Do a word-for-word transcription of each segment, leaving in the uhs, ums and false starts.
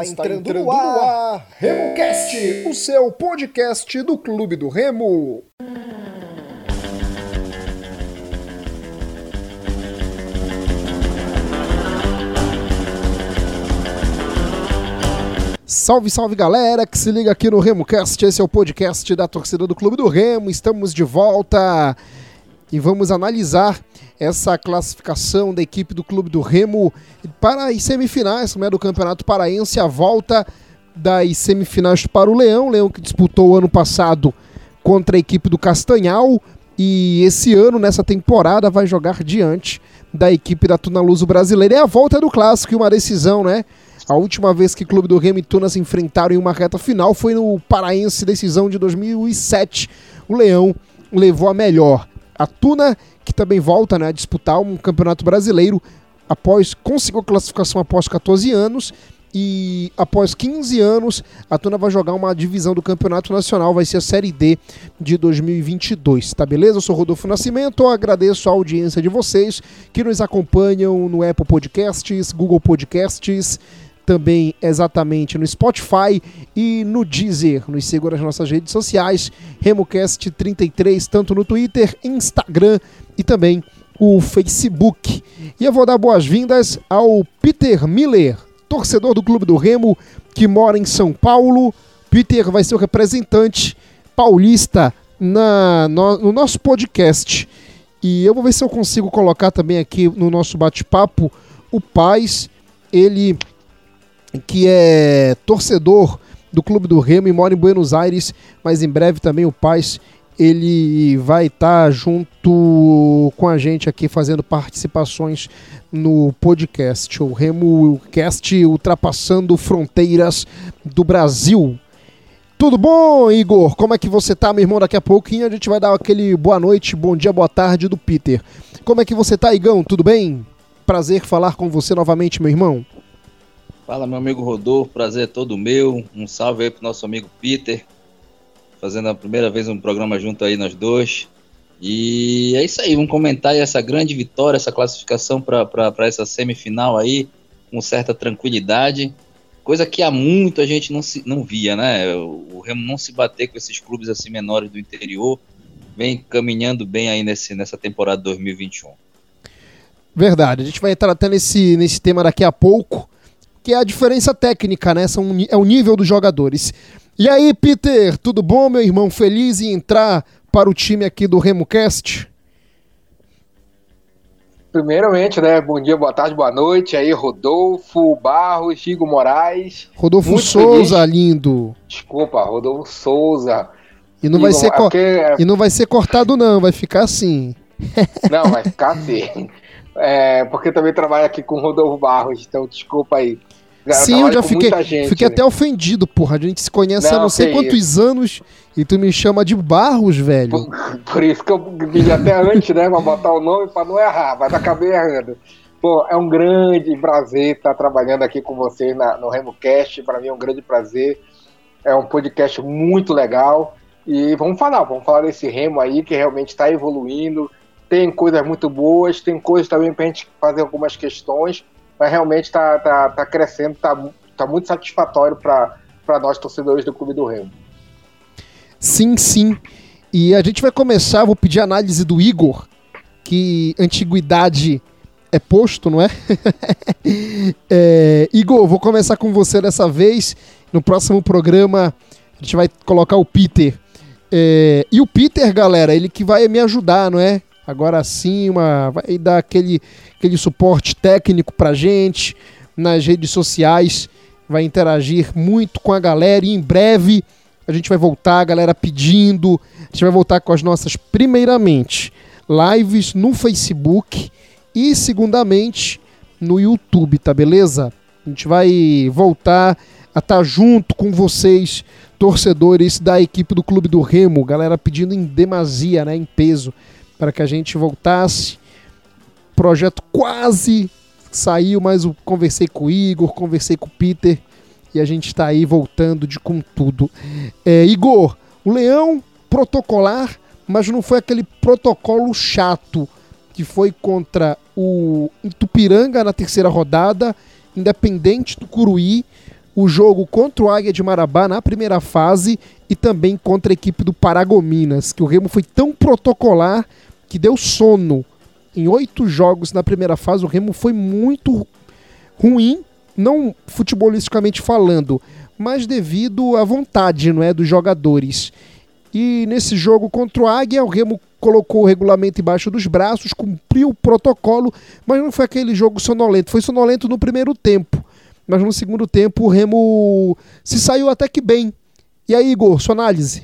Está entrando, entrando no ar, no ar RemoCast, o seu podcast do Clube do Remo. Salve, salve galera que se liga aqui no RemoCast, esse é o podcast da torcida do Clube do Remo, estamos de volta e vamos analisar essa classificação da equipe do Clube do Remo para as semifinais, né, do Campeonato Paraense, a volta das semifinais para o Leão, Leão que disputou o ano passado contra a equipe do Castanhal e esse ano, nessa temporada, vai jogar diante da equipe da Tuna Luso Brasileira. É a volta do clássico e uma decisão, né? A última vez que o Clube do Remo e Tuna se enfrentaram em uma reta final foi no Paraense, decisão de dois mil e sete. O Leão levou a melhor. A Tuna, que também volta, né, a disputar um campeonato brasileiro, após conseguiu a classificação após catorze anos, e após quinze anos, a Tuna vai jogar uma divisão do Campeonato Nacional, vai ser a Série D de dois mil e vinte e dois, tá beleza? Eu sou Rodolfo Nascimento, eu agradeço a audiência de vocês que nos acompanham no Apple Podcasts, Google Podcasts, também exatamente no Spotify e no Deezer. Nos sigam nas nossas redes sociais, RemoCast trinta e três, tanto no Twitter, Instagram e também o Facebook. E eu vou dar boas-vindas ao Peter Miller, torcedor do Clube do Remo, que mora em São Paulo. Peter vai ser o representante paulista na, no, no nosso podcast. E eu vou ver se eu consigo colocar também aqui no nosso bate-papo o Paz, ele que é torcedor do Clube do Remo e mora em Buenos Aires, mas em breve também o Paz, ele vai estar junto com a gente aqui fazendo participações no podcast, o RemoCast ultrapassando fronteiras do Brasil. Tudo bom, Igor? Como é que você tá, meu irmão? Daqui a pouquinho a gente vai dar aquele boa noite, bom dia, boa tarde do Peter. Como é que você tá, Igão? Tudo bem? Prazer falar com você novamente, meu irmão. Fala, meu amigo Rodolfo, prazer é todo meu. Um salve aí pro nosso amigo Peter, fazendo a primeira vez um programa junto aí nós dois. E é isso aí, vamos comentar aí essa grande vitória, essa classificação para essa semifinal aí, com certa tranquilidade. Coisa que há muito a gente não, se, não via, né? O, o Remo não se bater com esses clubes assim menores do interior, vem caminhando bem aí nesse, nessa temporada dois mil e vinte e um. Verdade, a gente vai entrar até nesse, nesse tema daqui a pouco, que é a diferença técnica, né? São, é o nível dos jogadores. E aí, Peter, tudo bom, meu irmão? Feliz em entrar para o time aqui do RemoCast? Primeiramente, né? Bom dia, boa tarde, boa noite. Aí, Rodolfo, Barros, Chico Moraes. Rodolfo Muito Souza, feliz. Lindo. Desculpa, Rodolfo Souza. E não, vai ser co- porque... e não vai ser cortado, não. Vai ficar assim. Não, vai ficar assim. É, porque também trabalho aqui com o Rodolfo Barros, então desculpa aí. Eu Sim, eu já fiquei, gente, fiquei né? até ofendido, porra. A gente se conhece não, há não sei quantos isso. anos e tu me chama de Barros, velho. Por, por isso que eu pedi até antes, né? Pra botar o nome pra não errar, mas acabei errando. Pô, é um grande prazer estar trabalhando aqui com vocês na, no RemoCast. Para mim é um grande prazer. É um podcast muito legal. E vamos falar, vamos falar desse Remo aí que realmente está evoluindo. Tem coisas muito boas, tem coisas também pra gente fazer algumas questões, mas realmente tá, tá, tá crescendo, tá, tá muito satisfatório para nós, torcedores do Clube do Remo. Sim, sim. E a gente vai começar, vou pedir a análise do Igor, que antiguidade é posto, não é? é Igor, vou começar com você dessa vez. No próximo programa a gente vai colocar o Peter. É, e o Peter, galera, ele que vai me ajudar, não é? Agora sim, uma, vai dar aquele, aquele suporte técnico pra gente nas redes sociais, vai interagir muito com a galera e em breve a gente vai voltar, a galera pedindo, a gente vai voltar com as nossas, primeiramente, lives no Facebook e, segundamente, no YouTube, tá beleza? A gente vai voltar a estar junto com vocês, torcedores da equipe do Clube do Remo, galera pedindo em demasia, né, em peso, para que a gente voltasse. O projeto quase saiu, mas eu conversei com o Igor, conversei com o Peter e a gente está aí voltando de com tudo. É, Igor, o Leão protocolar, mas não foi aquele protocolo chato que foi contra o Itupiranga na terceira rodada, Independente do Curuí o jogo contra o Águia de Marabá na primeira fase e também contra a equipe do Paragominas, que o Remo foi tão protocolar que deu sono. Em oito jogos na primeira fase, o Remo foi muito ruim, não futebolisticamente falando, mas devido à vontade, não é, dos jogadores. E nesse jogo contra o Águia, o Remo colocou o regulamento embaixo dos braços, cumpriu o protocolo, mas não foi aquele jogo sonolento. Foi sonolento no primeiro tempo, mas no segundo tempo o Remo se saiu até que bem. E aí, Igor, sua análise?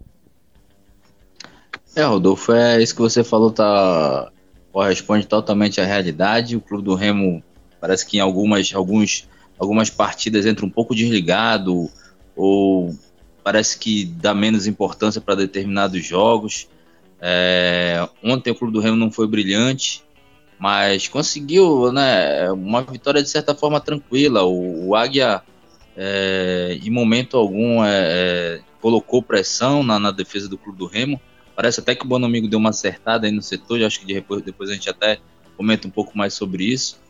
É, Rodolfo, é isso que você falou, tá, corresponde totalmente à realidade. O clube do Remo parece que em algumas, alguns, algumas partidas entra um pouco desligado, ou parece que dá menos importância para determinados jogos. É, ontem o clube do Remo não foi brilhante, mas conseguiu, né, uma vitória de certa forma tranquila. O, o Águia, é, em momento algum, é, é, colocou pressão na, na defesa do clube do Remo. Parece até que o Bonamigo deu uma acertada aí no setor, acho que depois, depois a gente até comenta um pouco mais sobre isso.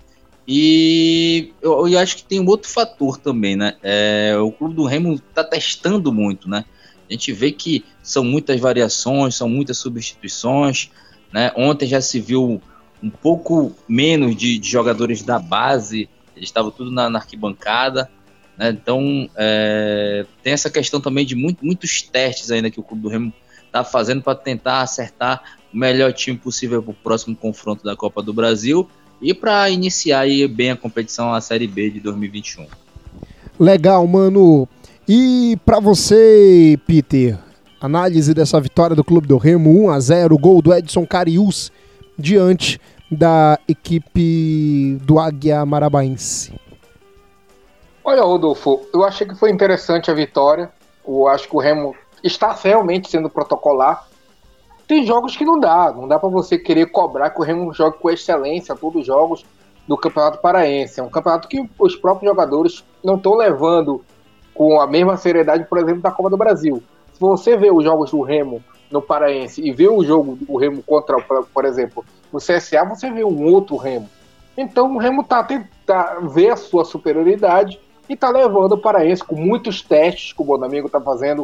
E eu, eu acho que tem um outro fator também, né? É, o clube do Remo está testando muito, né? A gente vê que são muitas variações, são muitas substituições, né? Ontem já se viu um pouco menos de, de jogadores da base, eles estavam tudo na, na arquibancada, né? Então é, tem essa questão também de muito, muitos testes ainda que o clube do Remo está fazendo para tentar acertar o melhor time possível para o próximo confronto da Copa do Brasil e para iniciar aí bem a competição, a Série B de dois mil e vinte e um. Legal, mano. E para você, Peter, análise dessa vitória do Clube do Remo, um a zero, gol do Edson Cariús diante da equipe do Águia Marabaense. Olha, Rodolfo, eu achei que foi interessante a vitória. Eu acho que o Remo está realmente sendo protocolar. Tem jogos que não dá, não dá para você querer cobrar que o Remo jogue com excelência todos os jogos do Campeonato Paraense. É um campeonato que os próprios jogadores não estão levando com a mesma seriedade, por exemplo, da Copa do Brasil. Se você vê os jogos do Remo no Paraense e vê o jogo do Remo contra, por exemplo, no C S A, você vê um outro Remo. Então o Remo tá tentando ver a sua superioridade e está levando o Paraense com muitos testes que o Bonamigo está fazendo,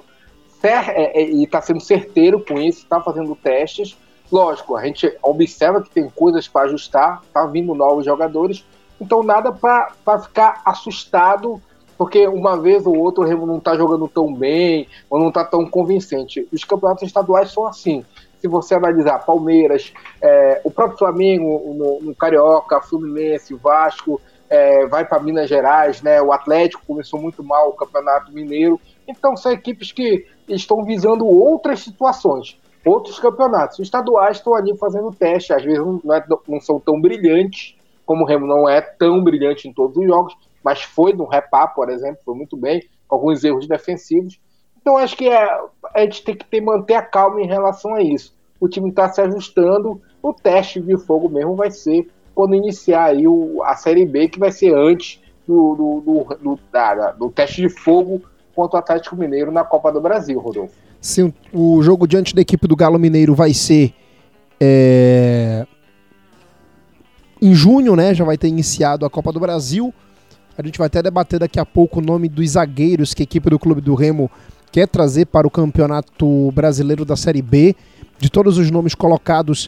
e está sendo certeiro com isso, está fazendo testes. Lógico, a gente observa que tem coisas para ajustar, está vindo novos jogadores, então nada para ficar assustado, porque uma vez ou outra o Remo não está jogando tão bem, ou não está tão convincente. Os campeonatos estaduais são assim. Se você analisar Palmeiras, é, o próprio Flamengo no, no Carioca, Fluminense, Vasco, é, vai para Minas Gerais, né? O Atlético começou muito mal o Campeonato Mineiro. Então são equipes que estão visando outras situações, outros campeonatos. Os estaduais estão ali fazendo teste, às vezes não, é, não são tão brilhantes, como o Remo não é tão brilhante em todos os jogos, mas foi no Repá, por exemplo, foi muito bem, com alguns erros defensivos. Então acho que é, a gente tem que ter, manter a calma em relação a isso. O time está se ajustando, o teste de fogo mesmo vai ser quando iniciar aí o, a Série B, que vai ser antes do, do, do, do, da, do teste de fogo contra o Atlético Mineiro na Copa do Brasil, Rodolfo. Sim, o jogo diante da equipe do Galo Mineiro vai ser é, em junho, né? Já vai ter iniciado a Copa do Brasil. A gente vai até debater daqui a pouco o nome dos zagueiros que a equipe do Clube do Remo quer trazer para o Campeonato Brasileiro da Série B. De todos os nomes colocados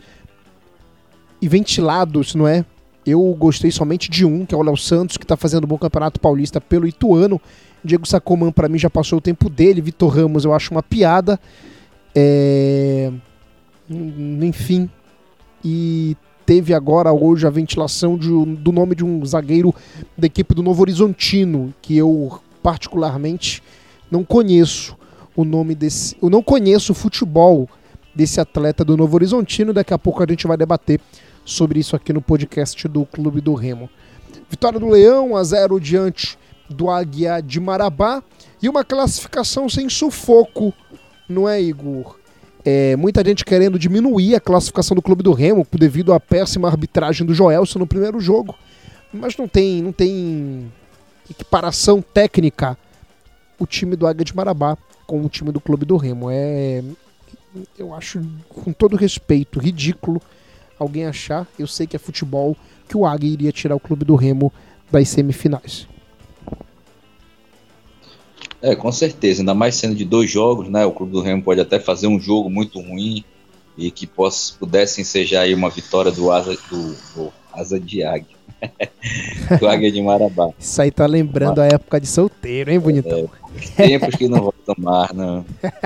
e ventilados, não é? Eu gostei somente de um, que é o Léo Santos, que está fazendo um bom Campeonato Paulista pelo Ituano. Diego Sacomã, para mim, já passou o tempo dele. Vitor Ramos, eu acho uma piada. É... Enfim. E teve agora, hoje, a ventilação de, do nome de um zagueiro da equipe do Novo Horizontino, que eu, particularmente, não conheço o nome desse... Eu não conheço o futebol desse atleta do Novo Horizontino. Daqui a pouco a gente vai debater sobre isso aqui no podcast do Clube do Remo. Vitória do Leão, um a zero diante do Águia de Marabá, e uma classificação sem sufoco, não é, Igor? É, muita gente querendo diminuir a classificação do Clube do Remo devido à péssima arbitragem do Joelson no primeiro jogo, mas não tem, não tem equiparação técnica o time do Águia de Marabá com o time do Clube do Remo. É, eu acho, com todo respeito, ridículo alguém achar, eu sei que é futebol, que o Águia iria tirar o Clube do Remo das semifinais. É, com certeza, ainda mais sendo de dois jogos, né? O Clube do Remo pode até fazer um jogo muito ruim e que possa, pudesse ensejar aí uma vitória do Asa, do, do Asa de Águia. Do Águia de Marabá. Isso aí tá lembrando Mas, a época de solteiro, hein, bonitão? É, tempos que não voltam mais, não.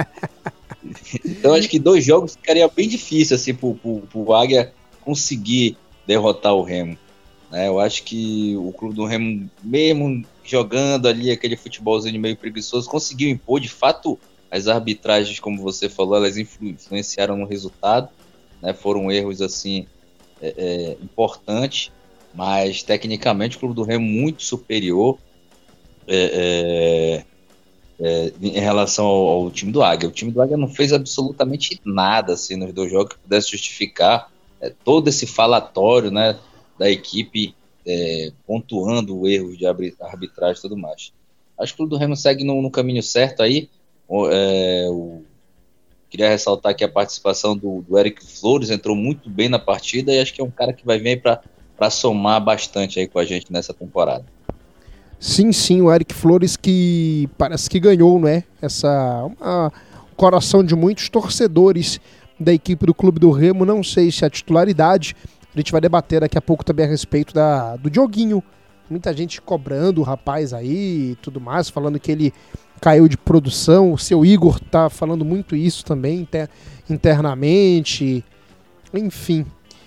Então acho que dois jogos ficaria bem difícil assim pro, pro, pro Águia conseguir derrotar o Remo, né? Eu acho que o Clube do Remo, mesmo jogando ali aquele futebolzinho meio preguiçoso, conseguiu impor. De fato, as arbitragens, como você falou, elas influenciaram no resultado, né? Foram erros assim é, é, importantes, mas tecnicamente o Clube do Remo muito superior é, é, é, em relação ao, ao time do Águia. O time do Águia não fez absolutamente nada assim, nos dois jogos que pudesse justificar é, todo esse falatório, né, da equipe é, pontuando erros de arbitragem e tudo mais. Acho que o Clube do Remo segue no, no caminho certo aí. É, o, queria ressaltar aqui a participação do, do Eric Flores, entrou muito bem na partida e acho que é um cara que vai vir para para somar bastante aí com a gente nessa temporada. Sim, sim, o Eric Flores que parece que ganhou, né? Essa, uma, o coração de muitos torcedores da equipe do Clube do Remo, não sei se é a titularidade, a gente vai debater daqui a pouco também a respeito da, do Dioguinho, muita gente cobrando o rapaz aí e tudo mais, falando que ele caiu de produção, o seu Igor tá falando muito isso também inter, internamente, enfim.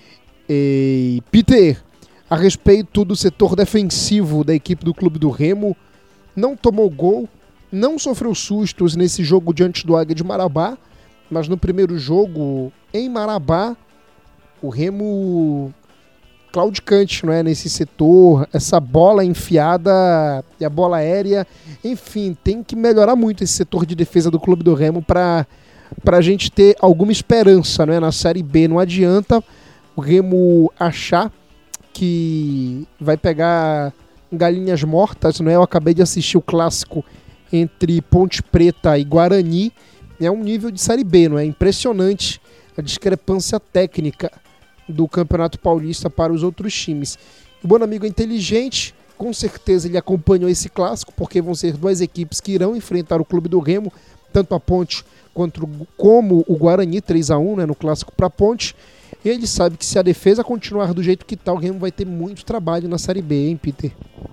E Peter, a respeito do setor defensivo da equipe do Clube do Remo, não tomou gol, não sofreu sustos nesse jogo diante do Águia de Marabá, mas no primeiro jogo em Marabá, o Remo claudicante, não é, nesse setor, essa bola enfiada e a bola aérea, enfim, tem que melhorar muito esse setor de defesa do Clube do Remo para a gente ter alguma esperança, não é, na Série B. Não adianta o Remo achar que vai pegar galinhas mortas, não é? Eu acabei de assistir o clássico entre Ponte Preta e Guarani, é um nível de Série B, não é? Impressionante a discrepância técnica do Campeonato Paulista para os outros times. O Bonamigo é inteligente, com certeza ele acompanhou esse clássico, porque vão ser duas equipes que irão enfrentar o Clube do Remo, tanto a Ponte quanto, como o Guarani, três a um, né, no clássico para a Ponte. E ele sabe que se a defesa continuar do jeito que tá, o Remo vai ter muito trabalho na Série B, hein, Peter?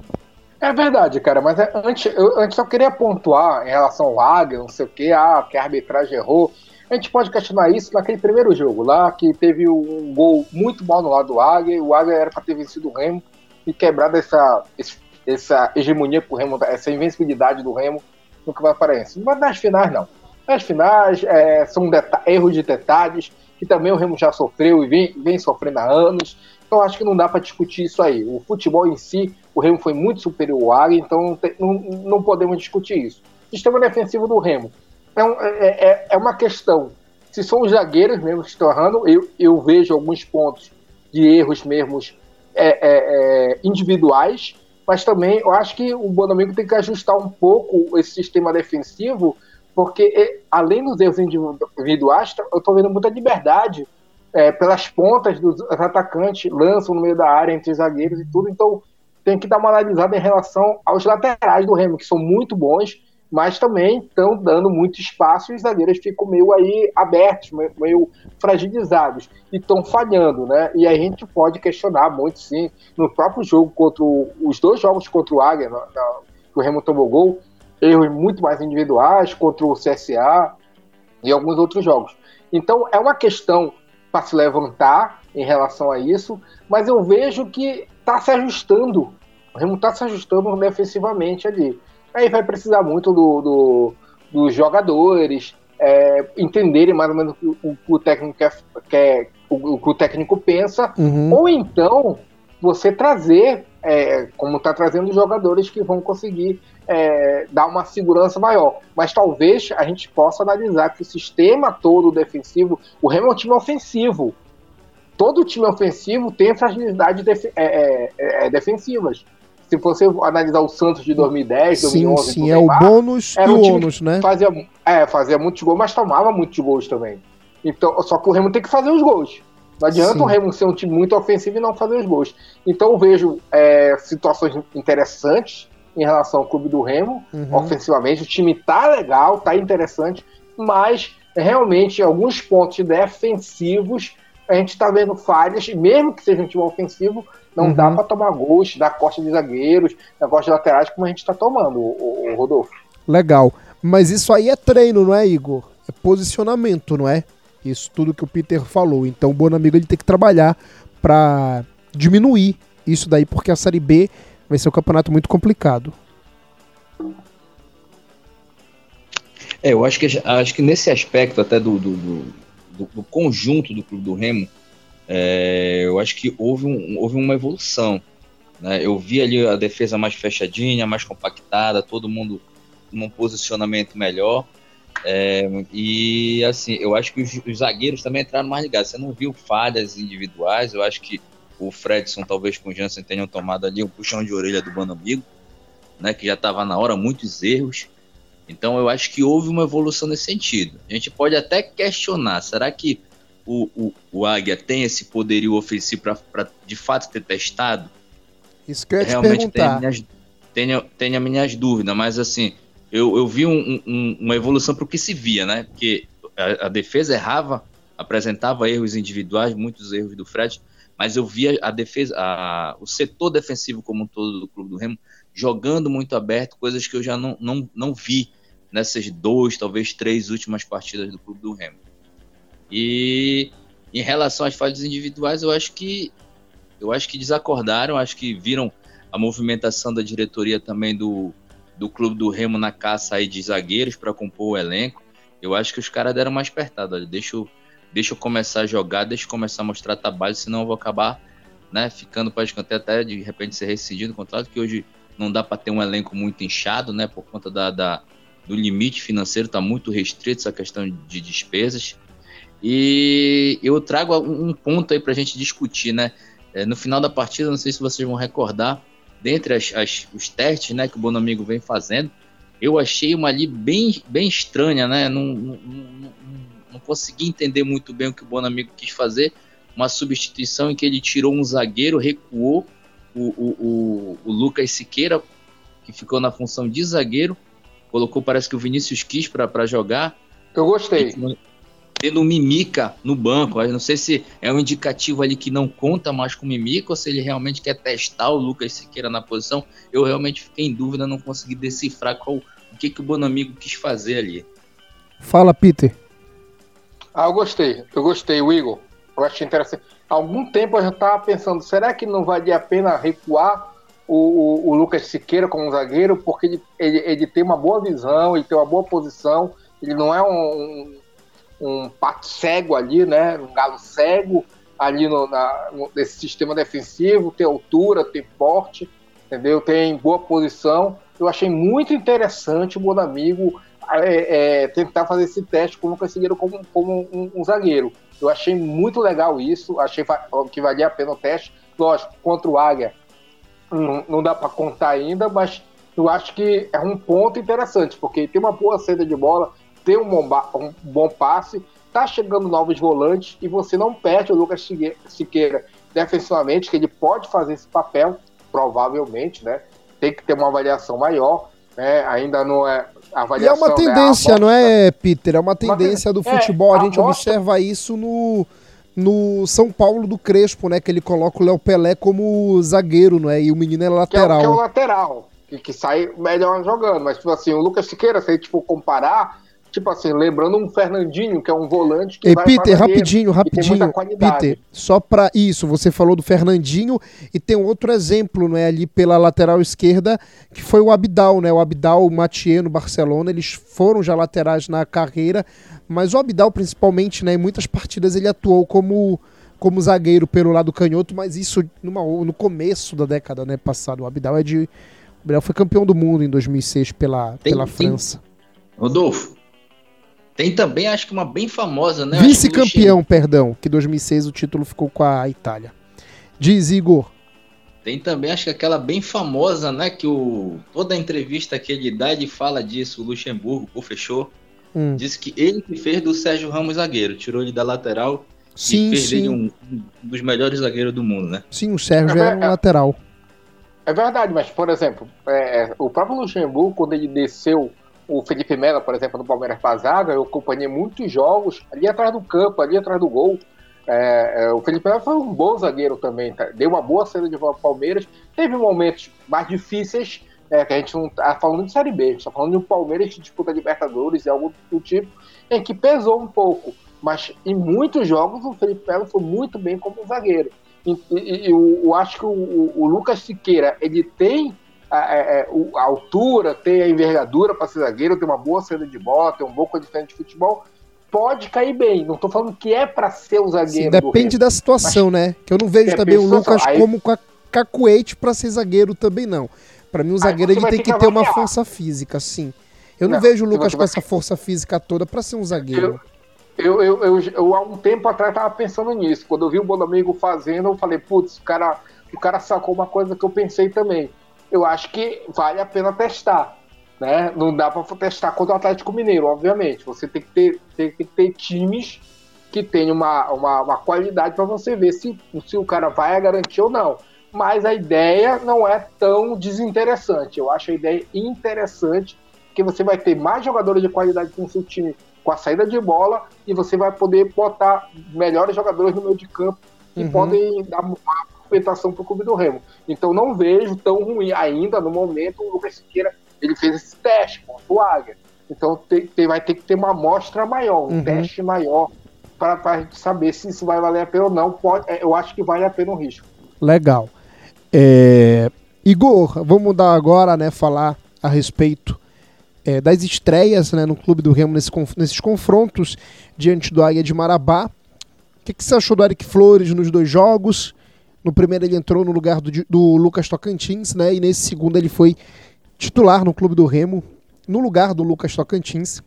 É verdade, cara, mas antes eu, antes eu queria pontuar em relação ao Águia, não sei o que, ah, que a arbitragem errou. A gente pode questionar isso naquele primeiro jogo lá, que teve um gol muito mal no lado do Águia, e o Águia era para ter vencido o Remo e quebrado essa, essa hegemonia pro Remo, essa invencibilidade do Remo no Campeonato Paraense. Mas nas finais, não. Nas finais, é, são erros de detalhes, que também o Remo já sofreu e vem, vem sofrendo há anos. Então acho que não dá para discutir isso aí. O futebol em si, o Remo foi muito superior ao Águia, então não, não podemos discutir isso. O sistema defensivo do Remo é, um, é, é uma questão. Se são os zagueiros mesmo que estão errando, eu, eu vejo alguns pontos de erros mesmo é, é, é, individuais, mas também eu acho que o Bonamigo tem que ajustar um pouco esse sistema defensivo, porque além dos erros individuais, eu estou vendo muita liberdade é, pelas pontas dos atacantes, lançam no meio da área entre os zagueiros e tudo, então tem que dar uma analisada em relação aos laterais do Remo, que são muito bons, mas também estão dando muito espaço e os zagueiros ficam meio aí abertos, meio, meio fragilizados, e estão falhando, né? E aí a gente pode questionar muito, sim, no próprio jogo contra o, os dois jogos contra o Águia, na, na, que o Remo tomou gol, erros muito mais individuais contra o C S A e alguns outros jogos. Então é uma questão para se levantar em relação a isso, mas eu vejo que está se ajustando, o Remo está se ajustando defensivamente ali. Aí vai precisar muito do, do, dos jogadores é, entenderem mais ou menos o, o, o técnico quer, quer, o, o que o técnico pensa, uhum. Ou então você trazer, é, como está trazendo, jogadores que vão conseguir é, dar uma segurança maior. Mas talvez a gente possa analisar que o sistema todo defensivo, o Remo é um time ofensivo. Todo time ofensivo tem fragilidades def, é, é, é, defensivas. Se você analisar o Santos de dois mil e dez, dois mil e onze... Sim, sim, é Neymar, o bônus e um o ônus, né? Fazia, é, fazia muitos gols, mas tomava muitos gols também. Então, só que o Remo tem que fazer os gols. Não adianta sim. O Remo ser um time muito ofensivo e não fazer os gols. Então eu vejo é, situações interessantes em relação ao Clube do Remo, uhum. ofensivamente. O time tá legal, tá interessante, mas realmente alguns pontos defensivos a gente tá vendo falhas, e mesmo que seja um time ofensivo, não uhum. dá para tomar gols da costa de zagueiros, da costa de laterais, como a gente tá tomando, o, o Rodolfo. Legal. Mas isso aí é treino, não é, Igor? É posicionamento, não é? Isso tudo que o Peter falou. Então o Bonamigo ele tem que trabalhar para diminuir isso daí, porque a Série B vai ser um campeonato muito complicado. É, eu acho que, acho que nesse aspecto até do, do, do, do conjunto do Clube do Remo, é, eu acho que houve, um, houve uma evolução, né? Eu vi ali a defesa mais fechadinha, mais compactada, todo mundo num posicionamento melhor. É, e assim, eu acho que os, os zagueiros também entraram mais ligados. Você não viu falhas individuais. Eu acho que o Fredson, talvez com o Jansen, tenham tomado ali um puxão de orelha do Bonamigo, né, que já estava na hora, muitos erros. Então eu acho que houve uma evolução nesse sentido. A gente pode até questionar, será que o, o, o Águia tem esse poderio ofensivo para de fato ter testado? Isso que eu ia te Realmente perguntar. Tenho, tenho, tenho minhas dúvidas, mas assim, eu, eu vi um, um, uma evolução para o que se via, né? Porque a, a defesa errava, apresentava erros individuais, muitos erros do Fred, mas eu via a defesa, a, o setor defensivo como um todo do Clube do Remo jogando muito aberto, coisas que eu já não, não, não vi nessas duas, talvez três últimas partidas do Clube do Remo. E em relação às falhas individuais, eu acho que eu acho que desacordaram, acho que viram a movimentação da diretoria também do, do Clube do Remo na caça aí de zagueiros para compor o elenco. Eu acho que os caras deram uma espertada, olha, deixa eu, deixa eu começar a jogar, deixa eu começar a mostrar trabalho, senão eu vou acabar, né, ficando para escanteio até de repente ser rescindido o contrato, que hoje não dá para ter um elenco muito inchado, né, por conta da, da, do limite financeiro, está muito restrito essa questão de despesas. E eu trago um ponto aí para a gente discutir, né, é, no final da partida, não sei se vocês vão recordar, dentre as, as, os testes, né, que o Bonamigo vem fazendo, eu achei uma ali bem, bem estranha, né, não, não, não, não consegui entender muito bem o que o Bonamigo quis fazer, uma substituição em que ele tirou um zagueiro, recuou o, o, o, o Lucas Siqueira, que ficou na função de zagueiro, colocou, parece que o Vinícius quis para jogar. Eu gostei. E, tendo um Mimica no banco, eu não sei se é um indicativo ali que não conta mais com o Mimica ou se ele realmente quer testar o Lucas Siqueira na posição. Eu realmente fiquei em dúvida, não consegui decifrar qual, o que, que o Bonamigo quis fazer ali. Fala, Peter. Ah, eu gostei, eu gostei, o Igor. Eu achei interessante. Há algum tempo eu já estava pensando, será que não valia a pena recuar o, o, o Lucas Siqueira como zagueiro? Porque ele, ele, ele tem uma boa visão, ele tem uma boa posição, ele não é um, um, um pato cego ali, né? Um galo cego ali no, na, no, nesse sistema defensivo, tem altura, tem porte, entendeu? Tem boa posição. Eu achei muito interessante o Bonamigo é, é, tentar fazer esse teste com o Lucas Siqueira como, como um, um zagueiro. Eu achei muito legal isso, achei que valia a pena o teste. Lógico, contra o Águia não, não dá para contar ainda, mas eu acho que é um ponto interessante, porque tem uma boa saída de bola, tem um bom, um bom passe, tá chegando novos volantes e você não perde o Lucas Siqueira defensivamente, que ele pode fazer esse papel, provavelmente, né? Tem que ter uma avaliação maior, né? Ainda não é a avaliação. E é uma tendência, né? Não é, Peter? É uma tendência do futebol. É, a, a gente mostra... observa isso no, no São Paulo do Crespo, né? Que ele coloca o Léo Pelé como zagueiro, não é? E o menino é lateral. Que é, que é o lateral, que, que sai melhor jogando. Mas, tipo assim, o Lucas Siqueira, se a gente for comparar, tipo assim, lembrando um Fernandinho, que é um volante que Ei, vai Peter, rapidinho, rapidinho, Peter, só pra isso, você falou do Fernandinho e tem outro exemplo, né, ali pela lateral esquerda, que foi o Abidal, né, o Abidal, o Mathieu no Barcelona, eles foram já laterais na carreira, mas o Abidal principalmente, né, em muitas partidas ele atuou como, como zagueiro pelo lado canhoto, mas isso numa, no começo da década, né, passada. O Abidal é de... O Abidal foi campeão do mundo em dois mil e seis pela, tem, pela tem... França. Rodolfo, tem também, acho que uma bem famosa, né? Vice-campeão, perdão, que em dois mil e seis o título ficou com a Itália. Diz, Igor. Tem também, acho que aquela bem famosa, né? Que o, toda entrevista que ele dá, ele fala disso, o Luxemburgo, o fechou. Hum. Disse que ele que fez do Sérgio Ramos zagueiro, tirou ele da lateral sim, e fez sim. dele um, um dos melhores zagueiros do mundo, né? Sim, o Sérgio era um lateral. É verdade, mas, por exemplo, é, o próprio Luxemburgo, quando ele desceu o Felipe Melo, por exemplo, no Palmeiras pra zaga, eu acompanhei muitos jogos ali atrás do campo, ali atrás do gol. É, é, o Felipe Melo foi um bom zagueiro também, tá? Deu uma boa saída de bola pro Palmeiras. Teve momentos mais difíceis, é, que a gente não tá falando de Série B, a gente tá falando de um Palmeiras que disputa Libertadores e algo do tipo, em que pesou um pouco. Mas em muitos jogos o Felipe Melo foi muito bem como zagueiro. E, e, e eu, eu acho que o, o Lucas Siqueira, ele tem a, a, a altura, tem a envergadura para ser zagueiro, tem uma boa saída de bola, tem um bom conhecimento de futebol, pode cair bem. Não estou falando que é para ser o zagueiro. Sim, depende da situação, mas, né? Que eu não vejo também o Lucas aí, como cacuete para ser zagueiro também, não. Para mim, o zagueiro ele tem que ter uma força física, sim. Eu não, não vejo o Lucas com essa força física toda para ser um zagueiro. Eu, eu, eu, eu, eu, há um tempo atrás, estava pensando nisso. Quando eu vi o Bonamigo fazendo, eu falei, putz, o cara, o cara sacou uma coisa que eu pensei também. Eu acho que vale a pena testar, né? Não dá para testar contra o Atlético Mineiro, obviamente. Você tem que ter, tem, tem que ter times que tenham uma, uma, uma qualidade para você ver se, se o cara vai garantir ou não. Mas a ideia não é tão desinteressante. Eu acho a ideia interessante, que você vai ter mais jogadores de qualidade com o seu time com a saída de bola, e você vai poder botar melhores jogadores no meio de campo que uhum. podem dar uma movimentação para o Clube do Remo. Então não vejo tão ruim ainda no momento. O Lucas Siqueira, ele fez esse teste com o Águia. Então tem, tem, vai ter que ter uma amostra maior, um uhum. teste maior, para a gente saber se isso vai valer a pena ou não. Pode, eu acho que vale a pena o risco. Legal. É... Igor, vamos mudar agora, né, falar a respeito É, das estreias, né, no Clube do Remo nesse, nesses confrontos diante do Águia de Marabá. O que, que você achou do Eric Flores nos dois jogos? No primeiro ele entrou no lugar do, do Lucas Tocantins, né, e nesse segundo ele foi titular no Clube do Remo, no lugar do Lucas Tocantins.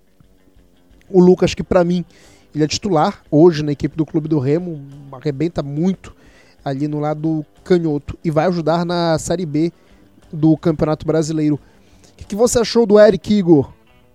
O Lucas, que para mim ele é titular hoje na equipe do Clube do Remo, arrebenta muito ali no lado canhoto e vai ajudar na Série B do Campeonato Brasileiro. O que, que você achou do Eric, Igor?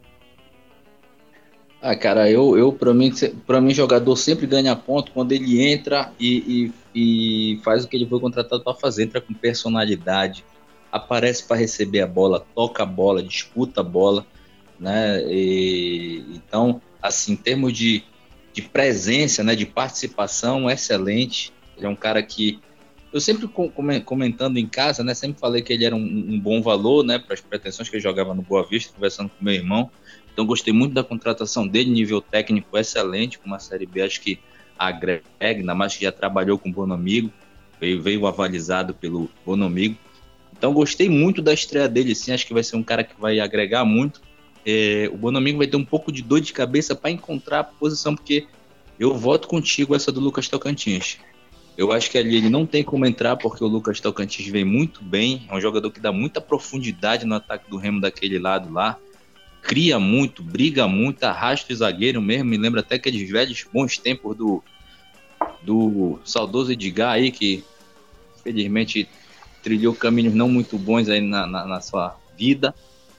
Ah, cara, eu, eu pra mim, pra mim, jogador sempre ganha ponto quando ele entra e, e, e faz o que ele foi contratado para fazer. Entra com personalidade, aparece para receber a bola, toca a bola, disputa a bola, né? E, então, assim, em termos de, de presença, né, de participação, excelente. Ele é um cara que eu sempre comentando em casa, né, sempre falei que ele era um, um bom valor, né, para as pretensões que ele jogava no Boa Vista, conversando com meu irmão. Então gostei muito da contratação dele, nível técnico excelente, com uma Série B, acho que agrega, ainda mais que já trabalhou com o Bonamigo, veio, veio avalizado pelo Bonamigo. Então gostei muito da estreia dele, sim, acho que vai ser um cara que vai agregar muito. É, o Bonamigo vai ter um pouco de dor de cabeça para encontrar a posição, porque eu voto contigo essa do Lucas Tocantins. Eu acho que ali ele não tem como entrar, porque o Lucas Tocantins vem muito bem. É um jogador que dá muita profundidade no ataque do Remo daquele lado lá. Cria muito, briga muito, arrasta o zagueiro mesmo. Me lembra até aqueles velhos bons tempos do, do saudoso Edgar aí, que infelizmente trilhou caminhos não muito bons aí na, na, na sua vida.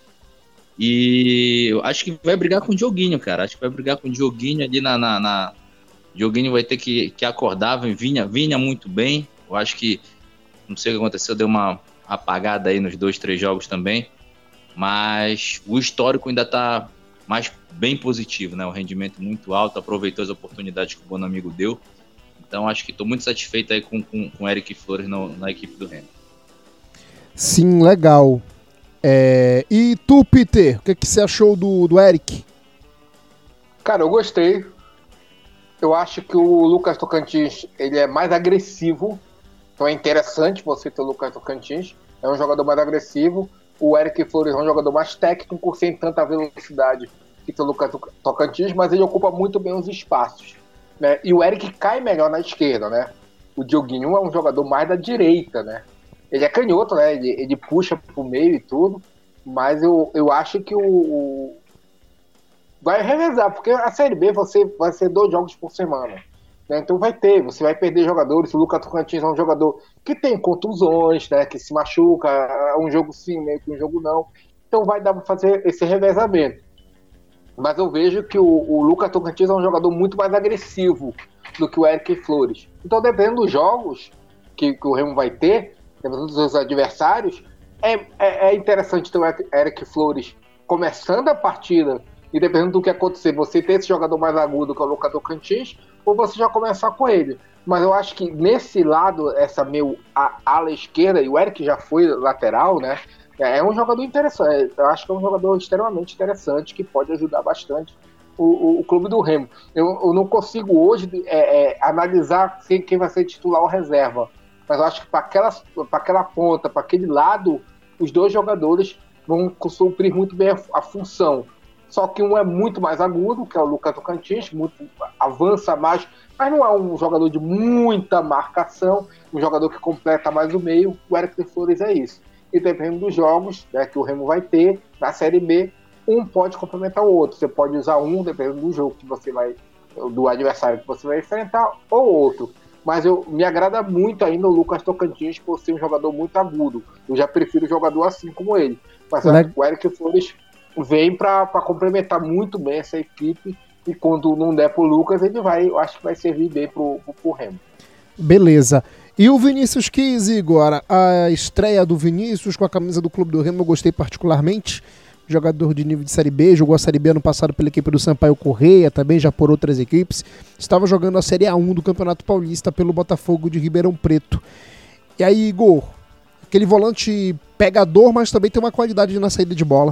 E eu acho que vai brigar com o Dioguinho, cara. Acho que vai brigar com o Dioguinho ali na... na, na... Dioguinho vai ter que, que acordar, vinha, vinha muito bem. Eu acho que, não sei o que aconteceu, deu uma apagada aí nos dois, três jogos também. Mas o histórico ainda está mais bem positivo, né? O rendimento muito alto, aproveitou as oportunidades que o Bonamigo deu. Então acho que estou muito satisfeito aí com, com, com o Eric Flores no, na equipe do Remo. Sim, legal. É... E tu, Peter, o que, que você achou do, do Eric? Cara, eu gostei. Eu acho que o Lucas Tocantins, ele é mais agressivo. Então é interessante você ter o Lucas Tocantins. É um jogador mais agressivo. O Eric Flores é um jogador mais técnico, sem tanta velocidade que o Lucas Tocantins, mas ele ocupa muito bem os espaços, né? E o Eric cai melhor na esquerda, né? O Dioguinho é um jogador mais da direita, né? Ele é canhoto, né? Ele, ele puxa pro meio e tudo. Mas eu, eu acho que o... o vai revezar, porque a Série B você vai ser dois jogos por semana, né? Então vai ter, você vai perder jogadores. O Lucas Tocantins é um jogador que tem contusões, né? Que se machuca, um jogo sim, meio que um jogo não. Então vai dar para fazer esse revezamento. Mas eu vejo que o, o Lucas Tocantins é um jogador muito mais agressivo do que o Eric Flores. Então, dependendo dos jogos que, que o Remo vai ter, dependendo dos seus adversários, é, é, é interessante ter o Eric Flores começando a partida e dependendo do que acontecer, você ter esse jogador mais agudo que é o Lucas Tocantins, ou você já começar com ele. Mas eu acho que nesse lado, essa meio ala esquerda, e o Eric já foi lateral, né? É um jogador interessante. Eu acho que é um jogador extremamente interessante que pode ajudar bastante o, o, o clube do Remo. Eu, eu não consigo hoje é, é, analisar quem, quem vai ser titular ou reserva, mas eu acho que para aquela, para aquela ponta, para aquele lado, os dois jogadores vão suprir muito bem a, a função. Só que um é muito mais agudo, que é o Lucas Tocantins, muito, avança mais, mas não é um jogador de muita marcação, um jogador que completa mais o meio. O Eric Flores é isso. E dependendo dos jogos, né, que o Remo vai ter na Série B, um pode complementar o outro. Você pode usar um, dependendo do jogo que você vai, do adversário que você vai enfrentar, ou outro. Mas eu, me agrada muito ainda o Lucas Tocantins por ser um jogador muito agudo. Eu já prefiro um jogador assim como ele. Mas Le... o Eric Flores vem para complementar muito bem essa equipe, e quando não der pro Lucas, ele vai, eu acho que vai servir bem pro, pro, pro Remo. Beleza. E o Vinícius Kies, Igor, a estreia do Vinícius com a camisa do Clube do Remo eu gostei particularmente. Jogador de nível de Série B, jogou a Série B ano passado pela equipe do Sampaio Correia, também já por outras equipes. Estava jogando a Série A um do Campeonato Paulista pelo Botafogo de Ribeirão Preto. E aí, Igor, aquele volante pegador, mas também tem uma qualidade na saída de bola.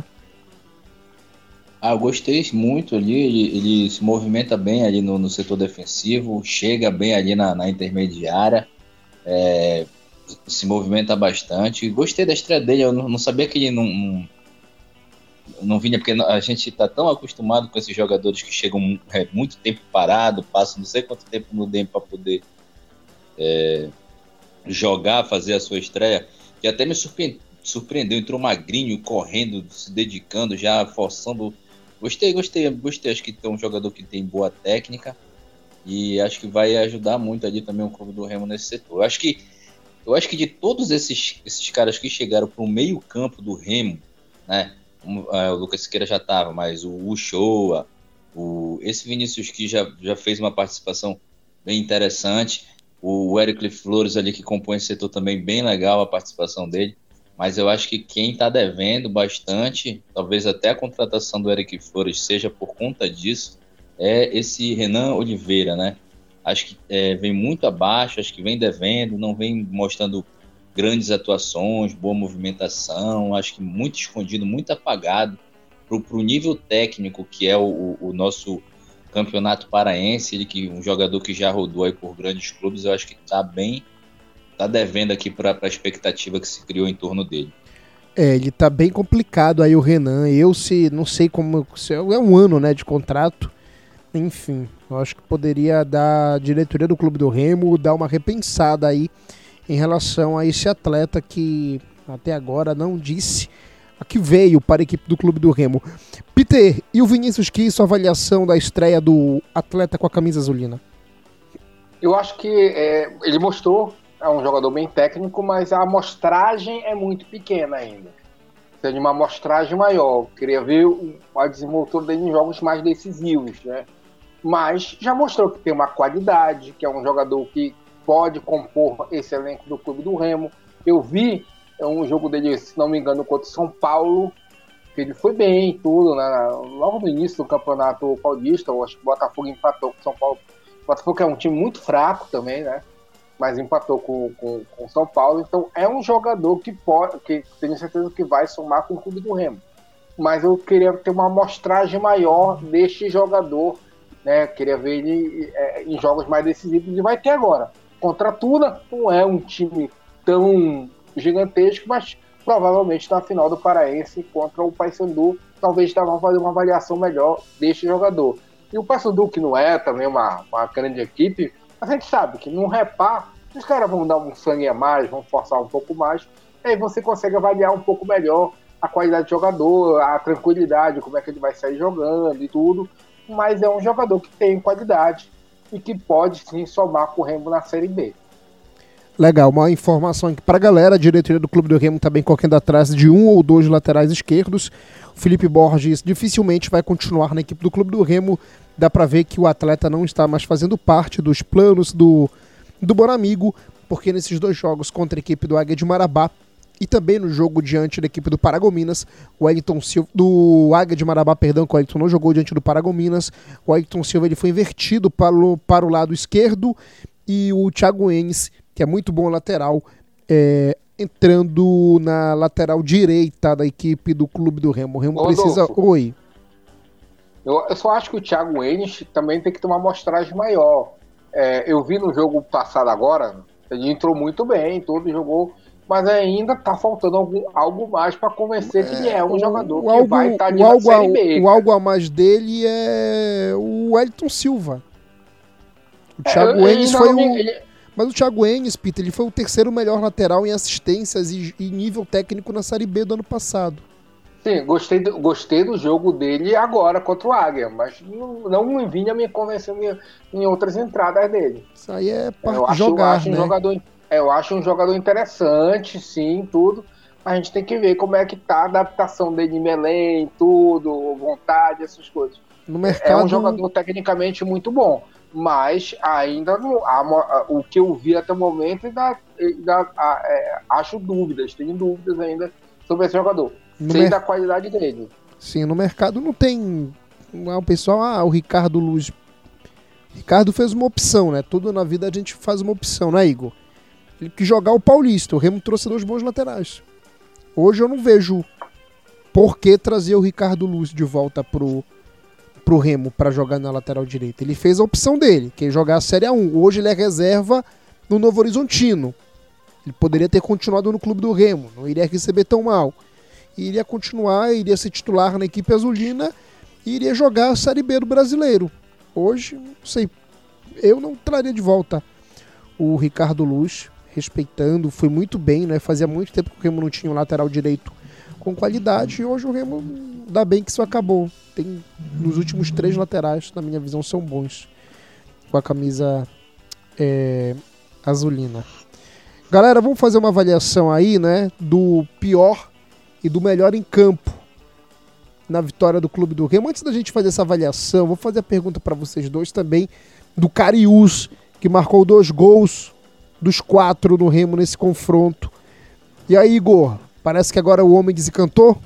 Ah, eu gostei muito ali, ele, ele se movimenta bem ali no, no setor defensivo, chega bem ali na, na intermediária, é, se movimenta bastante. Gostei da estreia dele, eu não, não sabia que ele não, não, não vinha, porque a gente está tão acostumado com esses jogadores que chegam é, muito tempo parado, passam não sei quanto tempo no tempo para poder é, jogar, fazer a sua estreia, que até me surpreendeu, surpreendeu, entrou magrinho, correndo, se dedicando, já forçando. Gostei, gostei, gostei. Acho que tem um jogador que tem boa técnica e acho que vai ajudar muito ali também o clube do Remo nesse setor. Eu acho que, eu acho que de todos esses, esses caras que chegaram para o meio campo do Remo, né? O, o Lucas Siqueira já estava, mas o Uchoa, o, esse Vinícius que já, já fez uma participação bem interessante, o Eric Flores ali que compõe esse setor também, bem legal a participação dele. Mas eu acho que quem está devendo bastante, talvez até a contratação do Eric Flores seja por conta disso, é esse Renan Oliveira, né? Acho que é, vem muito abaixo, acho que vem devendo, não vem mostrando grandes atuações, boa movimentação, acho que muito escondido, muito apagado para o nível técnico que é o, o nosso campeonato paraense, ele que um jogador que já rodou aí por grandes clubes, eu acho que está bem... Tá devendo aqui para a expectativa que se criou em torno dele. É, ele tá bem complicado aí o Renan. Eu se não sei como... Se é um ano, né, de contrato. Enfim, eu acho que poderia dar a diretoria do Clube do Remo dar uma repensada aí em relação a esse atleta que até agora não disse a que veio para a equipe do Clube do Remo. Peter, e o Vinícius Kies, sua avaliação da estreia do atleta com a camisa azulina? Eu acho que é, ele mostrou... É um jogador bem técnico, mas a amostragem é muito pequena ainda. Precisa de uma amostragem maior. Eu queria ver a desenvoltura dele em jogos mais decisivos, né? Mas já mostrou que tem uma qualidade, que é um jogador que pode compor esse elenco do Clube do Remo. Eu vi um jogo dele, se não me engano, contra o São Paulo, que ele foi bem, tudo, né? Logo no início do Campeonato Paulista, eu acho que o Botafogo empatou com o São Paulo. O Botafogo é um time muito fraco também, né? Mas empatou com o São Paulo, então é um jogador que pode, que tenho certeza que vai somar com o Clube do Remo. Mas eu queria ter uma amostragem maior deste jogador, né? Queria ver ele é, em jogos mais decisivos, e vai ter agora. Contra a Tuna, não é um time tão gigantesco, mas provavelmente na final do Paraense contra o Paysandu, talvez dá pra fazer uma avaliação melhor deste jogador. E o Paysandu, que não é também uma, uma grande equipe, a gente sabe que num repar, os caras vão dar um sangue a mais, vão forçar um pouco mais, e aí você consegue avaliar um pouco melhor a qualidade do jogador, a tranquilidade, como é que ele vai sair jogando e tudo. Mas é um jogador que tem qualidade e que pode sim somar com o Remo na Série B. Legal, uma informação aqui pra galera, a diretoria do Clube do Remo tá bem correndo atrás de um ou dois laterais esquerdos. O Felipe Borges dificilmente vai continuar na equipe do Clube do Remo. Dá pra ver que o atleta não está mais fazendo parte dos planos do, do Bonamigo. porque nesses dois jogos contra a equipe do Águia de Marabá e também no jogo diante da equipe do Paragominas, o Wellington Silva, do Águia de Marabá, perdão, que o Wellington não jogou diante do Paragominas, o Wellington Silva ele foi invertido para o, para o lado esquerdo e o Thiago Enes, que é muito bom lateral, é, entrando na lateral direita da equipe do Clube do Remo. O Remo Rodolfo, precisa... Oi. Eu, eu só acho que o Thiago Enes também tem que ter uma amostragem maior. É, eu vi no jogo passado agora, ele entrou muito bem, tudo jogou, mas ainda tá faltando algum, algo mais para convencer que ele é um o, jogador o que algo, vai estar de na Série B. O algo a mais dele é o Wellington Silva. O Thiago é, Enes foi me, o... ele... Mas o Thiago Enes, Peter, ele foi o terceiro melhor lateral em assistências e, e nível técnico na Série B do ano passado. Sim, gostei do, gostei do jogo dele agora contra o Águia, mas não, não me vinha me convencer em, em outras entradas dele. Isso aí é parte eu de acho, jogar, eu acho né? Um jogador, eu acho um jogador interessante, sim, tudo. A gente tem que ver como é que tá a adaptação dele em Belém, tudo, vontade, essas coisas. No mercado... É um jogador tecnicamente muito bom, mas ainda não, a, a, o que eu vi até o momento, ainda, ainda a, é, acho dúvidas, tenho dúvidas ainda sobre esse jogador. No Sei mer... da qualidade dele. Sim, no mercado não tem... O pessoal, ah, o Ricardo Luz... Ricardo fez uma opção, né? Tudo na vida a gente faz uma opção, né, Igor? Ele quis jogar o Paulista, o Remo trouxe dois bons laterais. Hoje eu não vejo por que trazer o Ricardo Luz de volta pro, pro Remo para jogar na lateral direita. Ele fez a opção dele, que é jogar a Série A um. Hoje ele é reserva no Novo Horizontino. Ele poderia ter continuado no Clube do Remo, não iria receber tão mal. E iria continuar, iria ser titular na equipe azulina e iria jogar a Série B do Brasileiro. Hoje, não sei, eu não traria de volta o Ricardo Luz, respeitando, foi muito bem, né? Fazia muito tempo que o Remo não tinha um lateral direito com qualidade e hoje o Remo, dá bem que isso acabou. Tem, nos últimos três laterais, na minha visão, são bons com a camisa é, azulina. Galera, vamos fazer uma avaliação aí, né? Do pior e do melhor em campo na vitória do Clube do Remo. Antes da gente fazer essa avaliação, vou fazer a pergunta para vocês dois também, do Cariús, que marcou dois gols dos quatro no Remo nesse confronto. E aí, Igor, parece que agora o homem desencantou?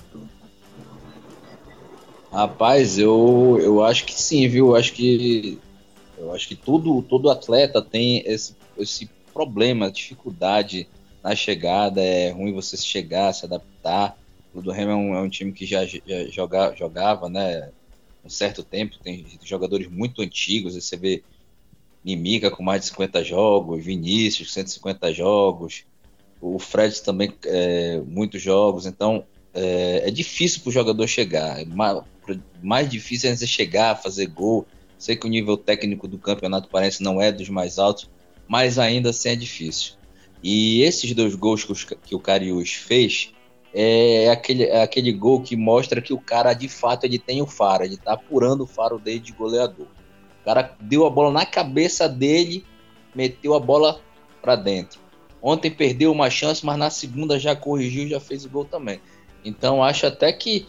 Rapaz, eu, eu acho que sim, viu? Eu acho que, eu acho que todo, todo atleta tem esse, esse problema, dificuldade na chegada, é ruim você se chegar, se adaptar. O do Remo é um, é um time que já, já joga, jogava, né, um certo tempo, tem jogadores muito antigos, você vê Mimica com mais de cinquenta jogos, Vinícius com cento e cinquenta jogos, o Fred também é, muitos jogos, então é, é difícil para o jogador chegar, mais, mais difícil é você chegar, fazer gol. Sei que o nível técnico do Campeonato Paraense não é dos mais altos, mas ainda assim é difícil. E esses dois gols que, os, que o Cariús fez, é aquele, é aquele gol que mostra que o cara, de fato, ele tem o faro, ele tá apurando o faro dele de goleador. O cara deu a bola na cabeça dele, meteu a bola para dentro. Ontem perdeu uma chance, mas na segunda já corrigiu, já fez o gol também. Então acho até que,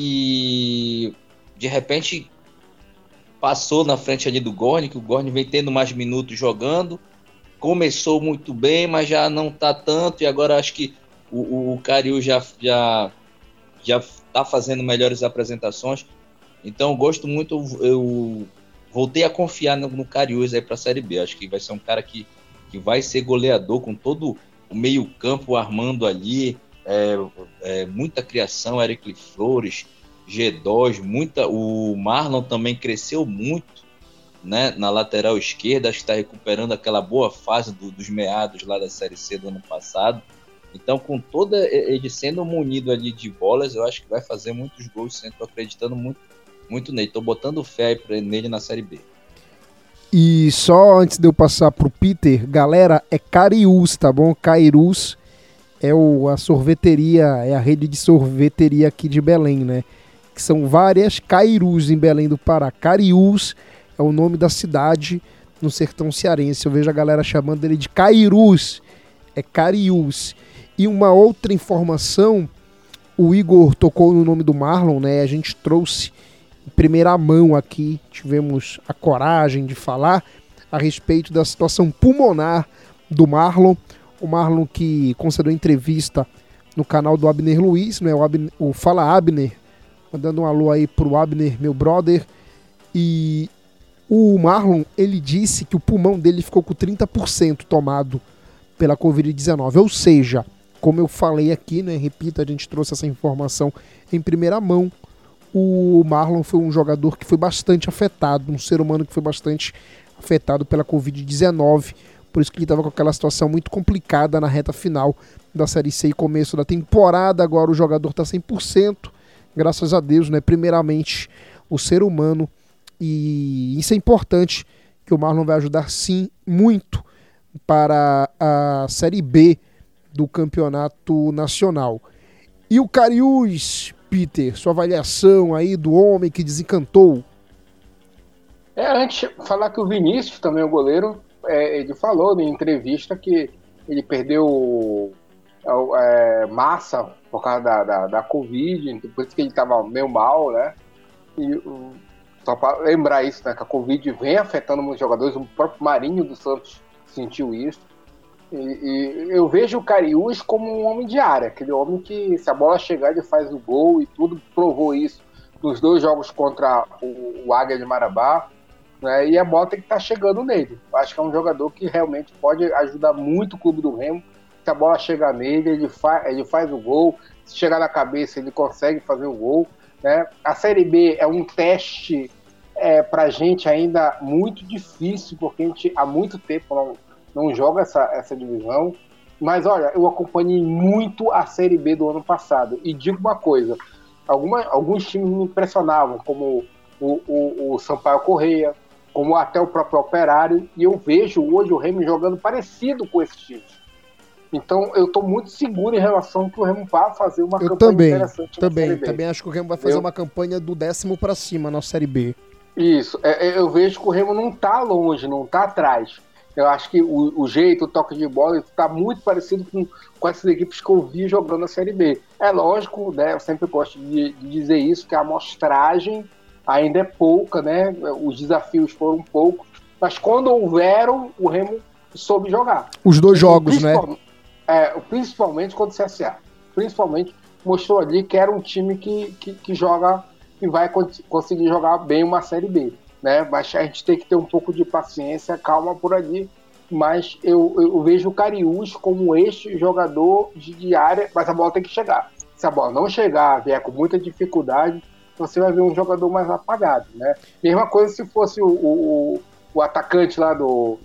que de repente passou na frente ali do Gorni, que o Gorni vem tendo mais minutos jogando, começou muito bem, mas já não tá tanto, e agora acho que o, o Cariús já, já, já tá fazendo melhores apresentações. Então gosto muito, eu voltei a confiar no, no Cariús aí pra Série B. Acho que vai ser um cara que, que vai ser goleador com todo o meio campo armando ali, é, é, muita criação, Eric Flores, G dois, muita, o Marlon também cresceu muito, né, na lateral esquerda, acho que está recuperando aquela boa fase do, dos meados lá da Série C do ano passado. Então, com toda ele sendo munido ali de bolas, eu acho que vai fazer muitos gols, estou acreditando muito, muito nele, estou botando fé nele na Série B. E só antes de eu passar pro Peter, galera, é Cariús, tá bom? Cariús é o, a sorveteria, é a rede de sorveteria aqui de Belém, né? Que são várias Cariús em Belém do Pará. Cariús é o nome da cidade no sertão cearense. Eu vejo a galera chamando ele de Cariús. É Cariús. E uma outra informação, o Igor tocou no nome do Marlon, né? A gente trouxe em primeira mão aqui, tivemos a coragem de falar a respeito da situação pulmonar do Marlon. O Marlon que concedeu entrevista no canal do Abner Luiz, né? o, Abner, o Fala Abner, mandando um alô aí pro Abner, meu brother. E o Marlon, ele disse que o pulmão dele ficou com trinta por cento tomado pela covid dezenove. Ou seja, como eu falei aqui, né? Repito, a gente trouxe essa informação em primeira mão. O Marlon foi um jogador que foi bastante afetado, um ser humano que foi bastante afetado pela covid dezenove. Por isso que ele estava com aquela situação muito complicada na reta final da Série C e começo da temporada. Agora o jogador está cem por cento, graças a Deus, né? Primeiramente, o ser humano. E isso é importante, que o Marlon vai ajudar sim muito para a Série B do Campeonato Nacional. E o Cariús, Peter, sua avaliação aí do homem que desencantou? É, antes de falar que o Vinícius, também o goleiro, é, ele falou em entrevista que ele perdeu é, massa por causa da, da, da Covid, por isso que ele estava meio mal, né? E, só para lembrar isso, né? Que a Covid vem afetando muitos jogadores, o próprio Marinho do Santos sentiu isso. E, e eu vejo o Cariús como um homem de área, aquele homem que, se a bola chegar, ele faz o gol e tudo, provou isso nos dois jogos contra o, o Águia de Marabá. Né, e a bola tem que estar chegando nele. Acho que é um jogador que realmente pode ajudar muito o Clube do Remo. Se a bola chegar nele, ele, fa- ele faz o gol. Se chegar na cabeça, ele consegue fazer o gol. Né? A Série B é um teste é, para a gente ainda muito difícil, porque a gente há muito tempo não, não joga essa, essa divisão. Mas olha, eu acompanhei muito a Série B do ano passado. E digo uma coisa, alguma, alguns times me impressionavam, como o, o, o Sampaio Corrêa, como até o próprio Operário, e eu vejo hoje o Remo jogando parecido com esses times. Então eu estou muito seguro em relação ao que o Remo vai fazer uma eu campanha também, interessante também, na Série B. Também acho que o Remo vai fazer eu... uma campanha do décimo para cima na Série B. Isso, é, eu vejo que o Remo não está longe, não está atrás. Eu acho que o, o jeito, o toque de bola está muito parecido com, com essas equipes que eu vi jogando na Série B. É lógico, né, eu sempre gosto de, de dizer isso, que a amostragem ainda é pouca, né? Os desafios foram poucos, mas quando houveram, o Remo soube jogar. Os dois jogos, né? É, principalmente contra o C S A. Principalmente mostrou ali que era um time que, que, que joga e vai conseguir jogar bem uma Série B, né? Mas a gente tem que ter um pouco de paciência, calma por ali. Mas eu, eu vejo o Cariús como este jogador de área, mas a bola tem que chegar. Se a bola não chegar, vier com muita dificuldade, você vai ver um jogador mais apagado, né? Mesma coisa se fosse o, o, o atacante lá do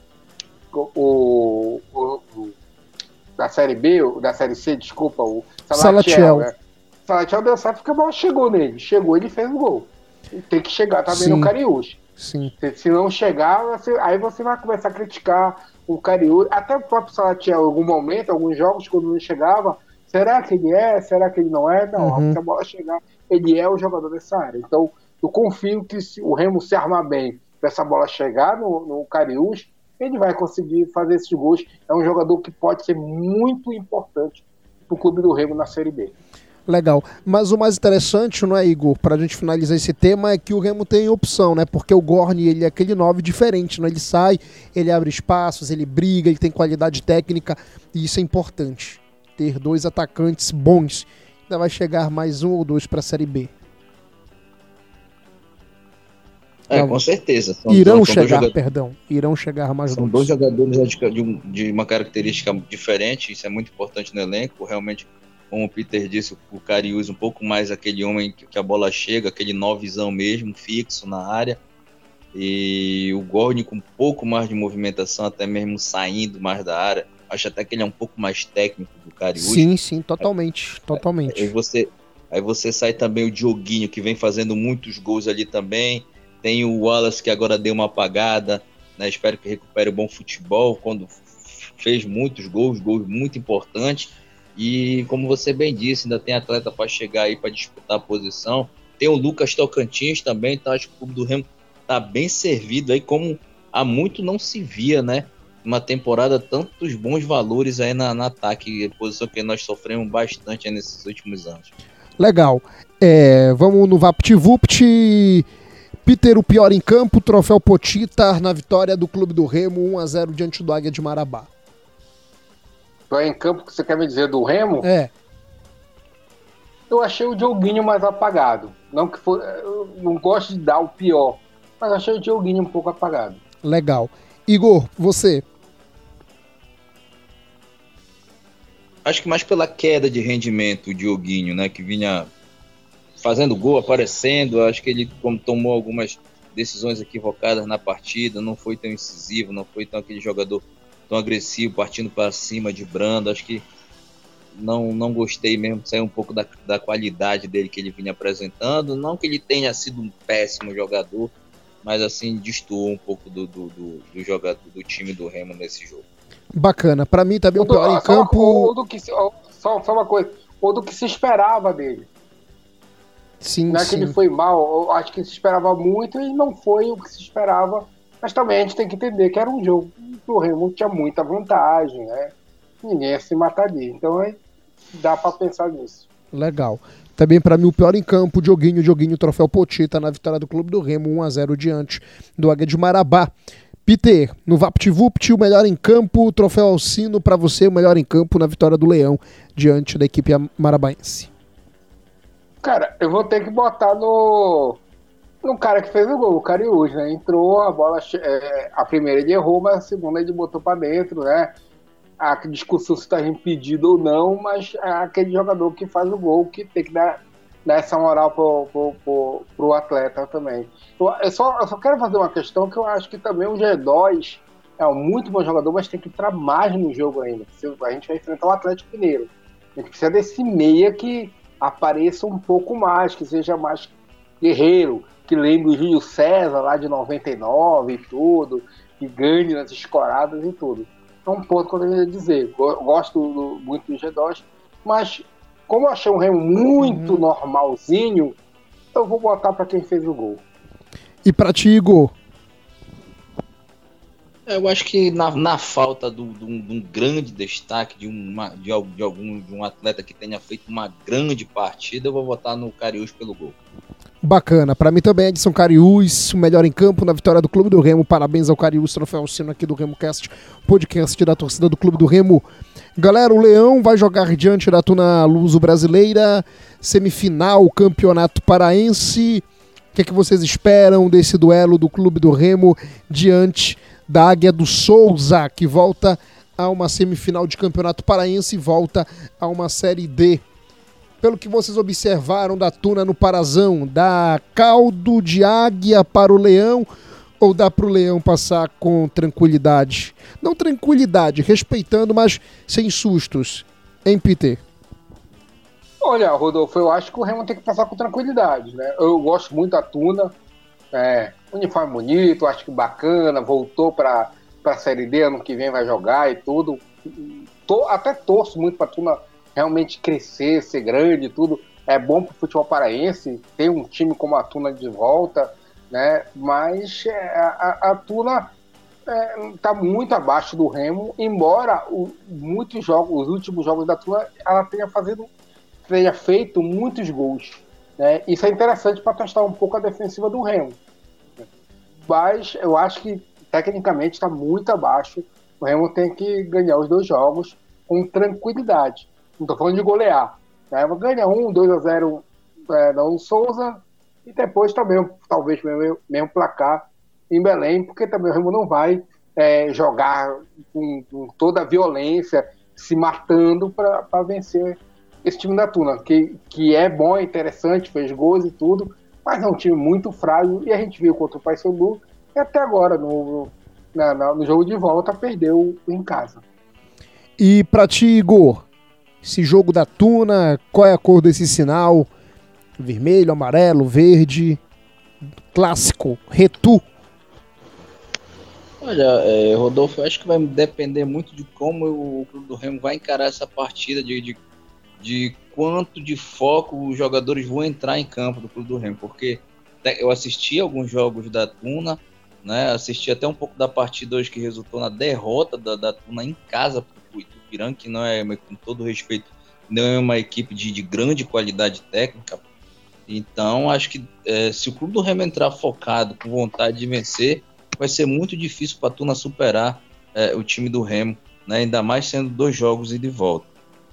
o, o, o, da Série B, da Série C, desculpa, o Salatiel, né? Salatiel deu certo porque a bola chegou nele, chegou, ele fez o gol. Tem que chegar também no Cariús. Sim. Se, se não chegar, você, aí você vai começar a criticar o Cariús, até o próprio Salatiel, em algum momento, alguns jogos, quando não chegava, será que ele é? Será que ele não é? Não, uhum. Se a bola chegar, ele é o jogador dessa área. Então, eu confio que se o Remo se armar bem para essa bola chegar no, no Cariús, ele vai conseguir fazer esses gols. É um jogador que pode ser muito importante para o Clube do Remo na Série B. Legal. Mas o mais interessante, não é, Igor, para a gente finalizar esse tema, é que o Remo tem opção, né? Porque o Gorni, ele é aquele nove diferente, né? Ele sai, ele abre espaços, ele briga, ele tem qualidade técnica, e isso é importante. Ter dois atacantes bons. Ainda vai chegar mais um ou dois para a Série B. É, não, com certeza. São, irão são chegar, jogadores, perdão. Irão chegar mais são dois. São dois jogadores de, um, de uma característica diferente, isso é muito importante no elenco. Realmente, como o Peter disse, o Cariús um pouco mais aquele homem que, que a bola chega, aquele novizão mesmo, fixo na área. E o Gorni com um pouco mais de movimentação, até mesmo saindo mais da área. Acho até que ele é um pouco mais técnico do Cariús. Sim, sim, totalmente, totalmente. Aí você, aí você sai também o Dioguinho, que vem fazendo muitos gols ali também. Tem o Wallace, que agora deu uma apagada, né? Espero que recupere o bom futebol, quando fez muitos gols, gols muito importantes. E como você bem disse, ainda tem atleta para chegar aí para disputar a posição. Tem o Lucas Tocantins também, então acho que o Clube do Remo está bem servido aí, como há muito não se via, né? Uma temporada, tantos bons valores aí na, na ataque, posição que nós sofremos bastante aí nesses últimos anos. Legal. É, vamos no VaptVupt. Peter, o pior em campo, troféu Potita na vitória do Clube do Remo, um a zero diante do Águia de Marabá. Vai em campo, que você quer me dizer do Remo? É. Eu achei o Dioguinho mais apagado. Não que for, eu não gosto de dar o pior, mas achei o Dioguinho um pouco apagado. Legal. Igor, você? Acho que mais pela queda de rendimento, o Dioguinho, né, que vinha fazendo gol, aparecendo. Acho que ele como tomou algumas decisões equivocadas na partida, não foi tão incisivo, não foi tão aquele jogador tão agressivo, partindo para cima de brando. Acho que não, não gostei mesmo de sair um pouco da, da qualidade dele que ele vinha apresentando. Não que ele tenha sido um péssimo jogador, mas assim, destoou um pouco do, do, do, do jogador do time do Remo nesse jogo. Bacana. Pra mim também o pior em só, campo... Ou do que, só, só uma coisa, ou do que se esperava dele. Sim, não é sim. que ele foi mal, eu acho que se esperava muito e não foi o que se esperava. Mas também a gente tem que entender que era um jogo que o Remo tinha muita vantagem, né? Ninguém ia se matar ali. Então é, dá pra pensar nisso. Legal. Também pra mim o pior em campo, o Dioguinho, Dioguinho, troféu Potita na vitória do Clube do Remo, um a zero diante do Águia de Marabá. Peter, no VaptVupt, o melhor em campo, troféu Alcino pra você, o melhor em campo na vitória do Leão diante da equipe marabaense. Cara, eu vou ter que botar no, no cara que fez o gol, o Cariús, né? Entrou, a bola, é, a primeira ele errou, mas a segunda ele botou pra dentro, né? A discussão se tá impedido ou não, mas é aquele jogador que faz o gol que tem que dar, dar essa moral pro, pro, pro, pro atleta também. Eu, eu, só, eu só quero fazer uma questão que eu acho que também o G dois é um muito bom jogador, mas tem que entrar mais no jogo ainda. A gente vai enfrentar o Atlético Mineiro. A gente precisa desse meia que apareça um pouco mais, que seja mais guerreiro, que lembre o Júlio César lá de noventa e nove e tudo, que ganhe nas escoradas e tudo. É um ponto que eu deveria dizer. Gosto do, muito do G dois, mas como eu achei um Remo muito uhum. normalzinho, eu vou botar para quem fez o gol. E para ti, Igor? Eu acho que na, na falta de um grande destaque de, uma, de, de, algum, de um atleta que tenha feito uma grande partida, eu vou votar no Cariús pelo gol. Bacana. Para mim também é Edson Cariús, o melhor em campo na vitória do Clube do Remo. Parabéns ao Cariús, troféu sino aqui do RemoCast, podcast da torcida do Clube do Remo. Galera, o Leão vai jogar diante da Tuna Luso Brasileira, semifinal, campeonato paraense. O que é que vocês esperam desse duelo do Clube do Remo diante da Águia do Souza, que volta a uma semifinal de campeonato paraense e volta a uma Série D? Pelo que vocês observaram da Tuna no Parazão, dá caldo de águia para o Leão ou dá para o Leão passar com tranquilidade? Não tranquilidade, respeitando, mas sem sustos. Hein, Peter? Olha, Rodolfo, eu acho que o Remo tem que passar com tranquilidade, né? Eu gosto muito da Tuna, é, uniforme bonito, acho que bacana, voltou para a Série D, ano que vem vai jogar e tudo. Tô, até torço muito para a Tuna realmente crescer, ser grande e tudo. É bom para o futebol paraense ter um time como a Tuna de volta, né? Mas é, a, a Tuna está é, muito abaixo do Remo, embora o, muitos jogos, os últimos jogos da Tuna, ela tenha, fazendo, tenha feito muitos gols, né? Isso é interessante para testar um pouco a defensiva do Remo. Mas eu acho que tecnicamente está muito abaixo. O Remo tem que ganhar os dois jogos com tranquilidade. Não estou falando de golear, né? Ganha um, dois a zero é, no Souza e depois também, talvez, mesmo, mesmo placar em Belém, porque também o Remo não vai é, jogar com, com toda a violência, se matando para vencer esse time da Tuna, que, que é bom, é interessante, fez gols e tudo, mas é um time muito frágil e a gente viu contra o Paysandu e até agora, no, na, na, no jogo de volta, perdeu em casa. E para ti, Igor, esse jogo da Tuna, qual é a cor desse sinal? Vermelho, amarelo, verde, clássico, retu? Olha, é, Rodolfo, eu acho que vai depender muito de como o Clube do Remo vai encarar essa partida, de, de, de quanto de foco os jogadores vão entrar em campo do Clube do Remo, porque eu assisti alguns jogos da Tuna, né, assisti até um pouco da partida hoje que resultou na derrota da, da Tuna em casa para o Itupiranha, que não é, com todo respeito, não é uma equipe de, de grande qualidade técnica. Então, acho que é, se o Clube do Remo entrar focado, com vontade de vencer, vai ser muito difícil para a Tuna superar é, o time do Remo né? Ainda mais sendo dois jogos e de volta.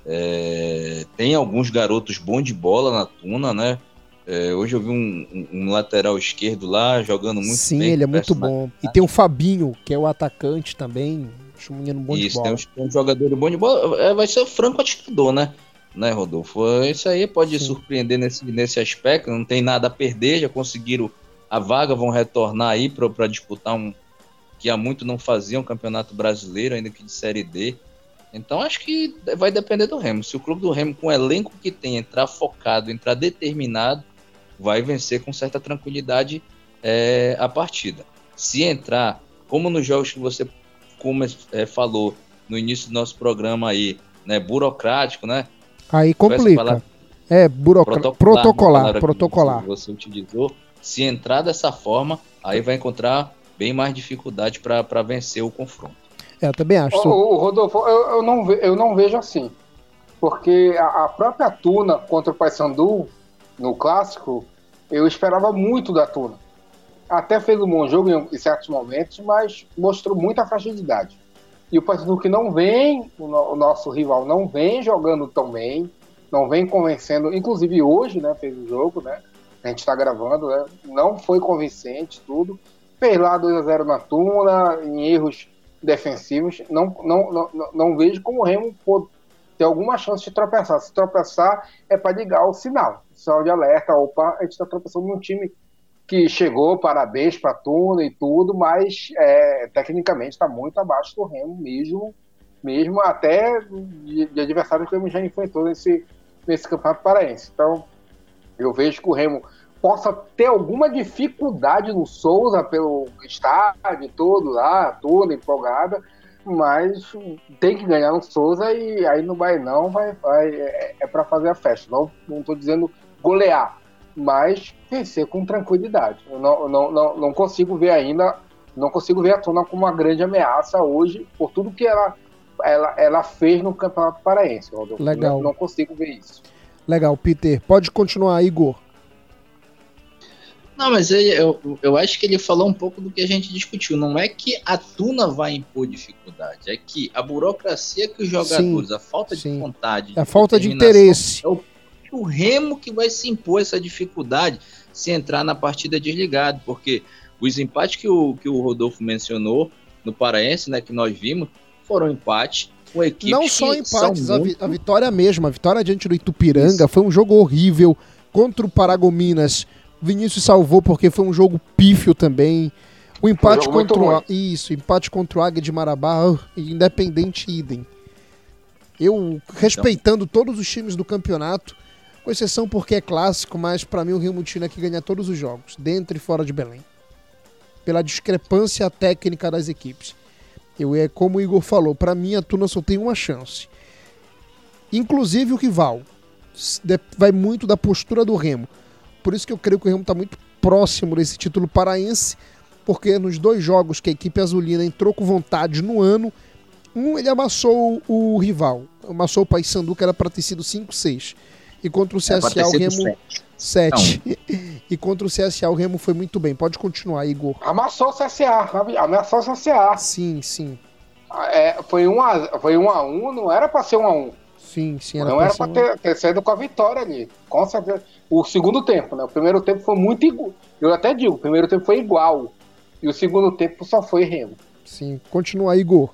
É, tem alguns garotos bons de bola na Tuna, né? É, hoje eu vi um, um, um lateral esquerdo lá jogando muito Sim, bem. Sim, ele é muito bom. E tem o Fabinho, que é o atacante também. Acho um menino bom isso, de bola. Isso, tem um, um jogador bom de bola. É, vai ser o franco atirador, né? Né, Rodolfo? Isso aí pode Sim. surpreender nesse, nesse aspecto. Não tem nada a perder, já conseguiram a vaga, vão retornar aí para disputar um que há muito não faziam um campeonato brasileiro, ainda que de Série D. Então acho que vai depender do Remo. Se o clube do Remo, com o elenco que tem, entrar focado, entrar determinado, vai vencer com certa tranquilidade é, a partida. Se entrar, como nos jogos que você como, é, falou no início do nosso programa aí, né, burocrático, né? Aí complica. É, burocrático. Protocolar. Protocolar. Que você utilizou. Se entrar dessa forma, aí vai encontrar bem mais dificuldade para vencer o confronto. É, eu também acho. O, o Rodolfo, eu, eu, não ve, eu não vejo assim. Porque a, a própria Tuna contra o Paysandu, no clássico, eu esperava muito da Tuna. Até fez um bom jogo em, em certos momentos, mas mostrou muita fragilidade. E o Paysandu que não vem, o, no, o nosso rival não vem jogando tão bem, não vem convencendo, inclusive hoje, né, fez o jogo, né, a gente está gravando, né, não foi convincente, tudo. Fez lá dois a zero na Tuna, em erros defensivos, não, não, não, não vejo como o Remo pode ter alguma chance de tropeçar. Se tropeçar, é para ligar o sinal, o sinal de alerta. Opa, a gente está tropeçando num time que chegou, parabéns para a Tuna e tudo, mas é, tecnicamente está muito abaixo do Remo mesmo, mesmo até de, de adversários que o Remo já enfrentou nesse, nesse Campeonato Paraense. Então, eu vejo que o Remo possa ter alguma dificuldade no Souza pelo estádio todo lá, toda empolgada, mas tem que ganhar no Souza e aí no Bainão vai, vai, é, é para fazer a festa. Não estou dizendo golear, mas vencer com tranquilidade. Eu não, não, não, não consigo ver ainda, não consigo ver a Tuna como uma grande ameaça hoje, por tudo que ela, ela, ela fez no Campeonato Paraense. Legal. Não, não consigo ver isso. Legal, Peter. Pode continuar, Igor. Não, mas ele, eu, eu acho que ele falou um pouco do que a gente discutiu. Não é que a Tuna vai impor dificuldade, é que a burocracia que os jogadores, sim, a falta sim. de vontade, a falta de interesse. É o, o Remo que vai se impor essa dificuldade se entrar na partida desligado, porque os empates que o, que o Rodolfo mencionou no Paraense, né, que nós vimos, foram empates com equipes não só empates, a, muito... vi, a vitória mesmo, a vitória diante do Itupiranga. Isso. Foi um jogo horrível contra o Paragominas. Vinícius salvou porque foi um jogo pífio também. O empate um contra o isso, empate contra o Águia de Marabá, uh, Independente idem. Eu respeitando todos os times do campeonato, com exceção porque é clássico, mas para mim o Remo tinha que ganhar todos os jogos, dentro e fora de Belém. Pela discrepância técnica das equipes. Eu é como o Igor falou, para mim a Tuna só tem uma chance. Inclusive o rival vai muito da postura do Remo. Por isso que eu creio que o Remo está muito próximo desse título paraense, porque nos dois jogos que a equipe azulina entrou com vontade no ano, um ele amassou o rival, amassou o Paysandu, que era para ter sido cinco a seis. E contra o C S A o Remo sete. E contra o C S A o Remo foi muito bem. Pode continuar, Igor. Amassou o C S A, amassou o C S A. Sim, sim. É, foi um a foi um a um, não era para ser um a um. Sim, sim. Era não pra era para ter, ter saído com a vitória ali. Com certeza. O segundo tempo, né? O primeiro tempo foi muito igual. Eu até digo, o primeiro tempo foi igual. E o segundo tempo só foi Remo. Sim, continua, Igor.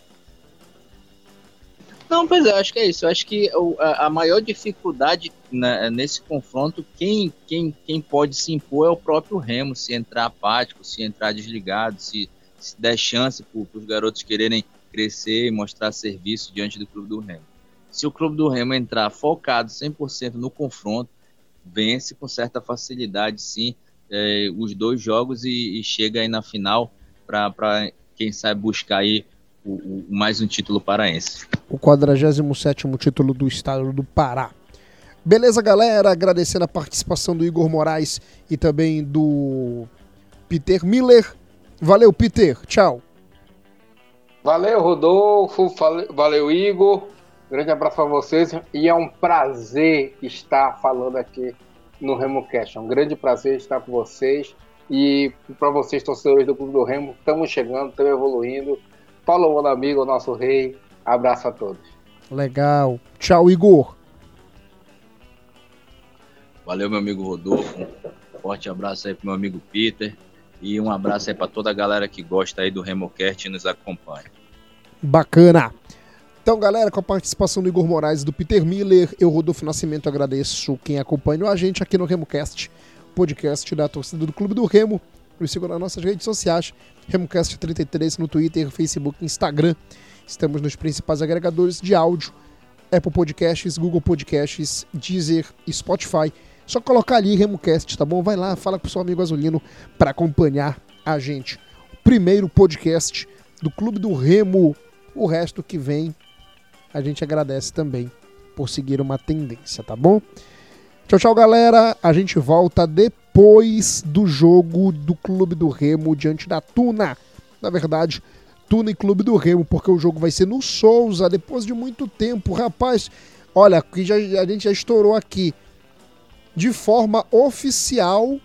Não, pois é, eu acho que é isso. Eu acho que a maior dificuldade né, nesse confronto, quem, quem, quem pode se impor é o próprio Remo, se entrar apático, se entrar desligado, se, se der chance para os garotos quererem crescer e mostrar serviço diante do clube do Remo. Se o clube do Remo entrar focado cem por cento no confronto, vence com certa facilidade, sim, é, os dois jogos e, e chega aí na final para, quem sabe, buscar aí o, o, mais um título paraense. O quadragésimo sétimo título do estado do Pará. Beleza, galera? Agradecendo a participação do Igor Moraes e também do Peter Miller. Valeu, Peter. Tchau. Valeu, Rodolfo. Valeu, Igor. Grande abraço para vocês e é um prazer estar falando aqui no RemoCast. É um grande prazer estar com vocês e para vocês, torcedores do Clube do Remo, estamos chegando, estamos evoluindo. Falou, meu amigo, nosso rei. Abraço a todos. Legal. Tchau, Igor. Valeu, meu amigo Rodolfo. Um forte abraço aí pro meu amigo Peter. E um abraço aí para toda a galera que gosta aí do RemoCast e nos acompanha. Bacana. Então, galera, com a participação do Igor Moraes e do Peter Miller, eu, Rodolfo Nascimento, agradeço quem acompanhou a gente aqui no RemoCast, podcast da torcida do Clube do Remo. Nos sigam nas nossas redes sociais, RemoCast trinta e três no Twitter, Facebook, Instagram. Estamos nos principais agregadores de áudio, Apple Podcasts, Google Podcasts, Deezer e Spotify. Só colocar ali RemoCast, tá bom? Vai lá, fala com o seu amigo Azulino para acompanhar a gente. O primeiro podcast do Clube do Remo. O resto que vem, a gente agradece também por seguir uma tendência, tá bom? Tchau, tchau, galera. A gente volta depois do jogo do Clube do Remo diante da Tuna. Na verdade, Tuna e Clube do Remo, porque o jogo vai ser no Souza, depois de muito tempo. Rapaz, olha, já, a gente já estourou aqui. De forma oficial,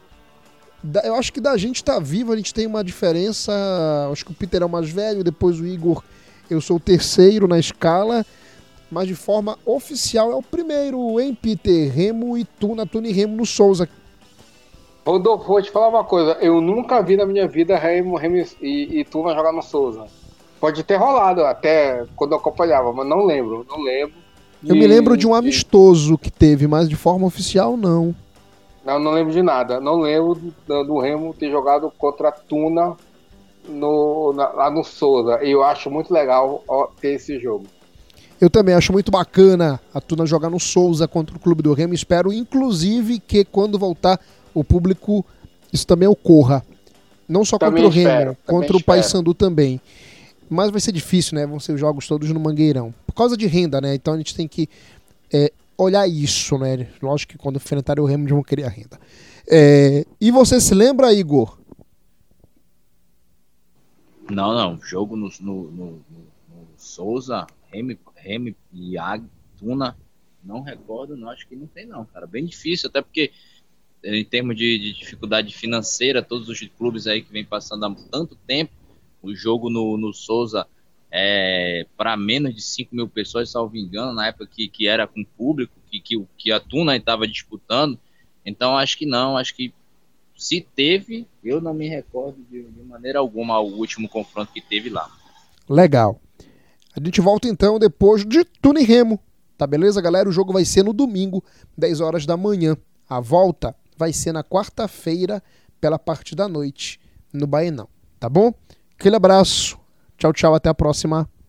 eu acho que da gente tá vivo, a gente tem uma diferença. Acho que o Peter é o mais velho, depois o Igor, eu sou o terceiro na escala. Mas de forma oficial é o primeiro, hein, Peter? Remo e Tuna, Tuna e Remo no Souza. Rodolfo, vou te falar uma coisa. Eu nunca vi na minha vida Remo, Remo e, e Tuna jogar no Souza. Pode ter rolado até quando eu acompanhava, mas não lembro, não lembro. Eu e, me lembro de um amistoso que teve, mas de forma oficial não. Não, não lembro de nada. Não lembro do, do Remo ter jogado contra a Tuna no, na, lá no Souza. E eu acho muito legal ó, ter esse jogo. Eu também acho muito bacana a Tuna jogar no Souza contra o Clube do Remo. Espero, inclusive, que quando voltar o público, isso também ocorra. Não só também contra o espero, Remo, contra o espero. Paysandu também. Mas vai ser difícil, né? Vão ser os jogos todos no Mangueirão. Por causa de renda, né? Então a gente tem que é, olhar isso, né? Lógico que quando enfrentarem o Remo, eles vão querer a renda. É, e você se lembra, Igor? Não, não. Jogo no, no, no, no Souza, Remo, Remo e Ag, Tuna, não recordo, não. Acho que não tem, não, cara. Bem difícil, até porque em termos de, de dificuldade financeira, todos os clubes aí que vem passando há tanto tempo, o jogo no, no Souza é para menos de cinco mil pessoas, salvo engano, na época que, que era com público, que, que, que a Tuna estava disputando. Então, acho que não, acho que se teve, eu não me recordo de, de maneira alguma o último confronto que teve lá. Legal. A gente volta então depois de Tuna e Remo. Tá beleza, galera? O jogo vai ser no domingo, dez horas da manhã. A volta vai ser na quarta-feira, pela parte da noite, no Baenão. Tá bom? Aquele abraço. Tchau, tchau. Até a próxima.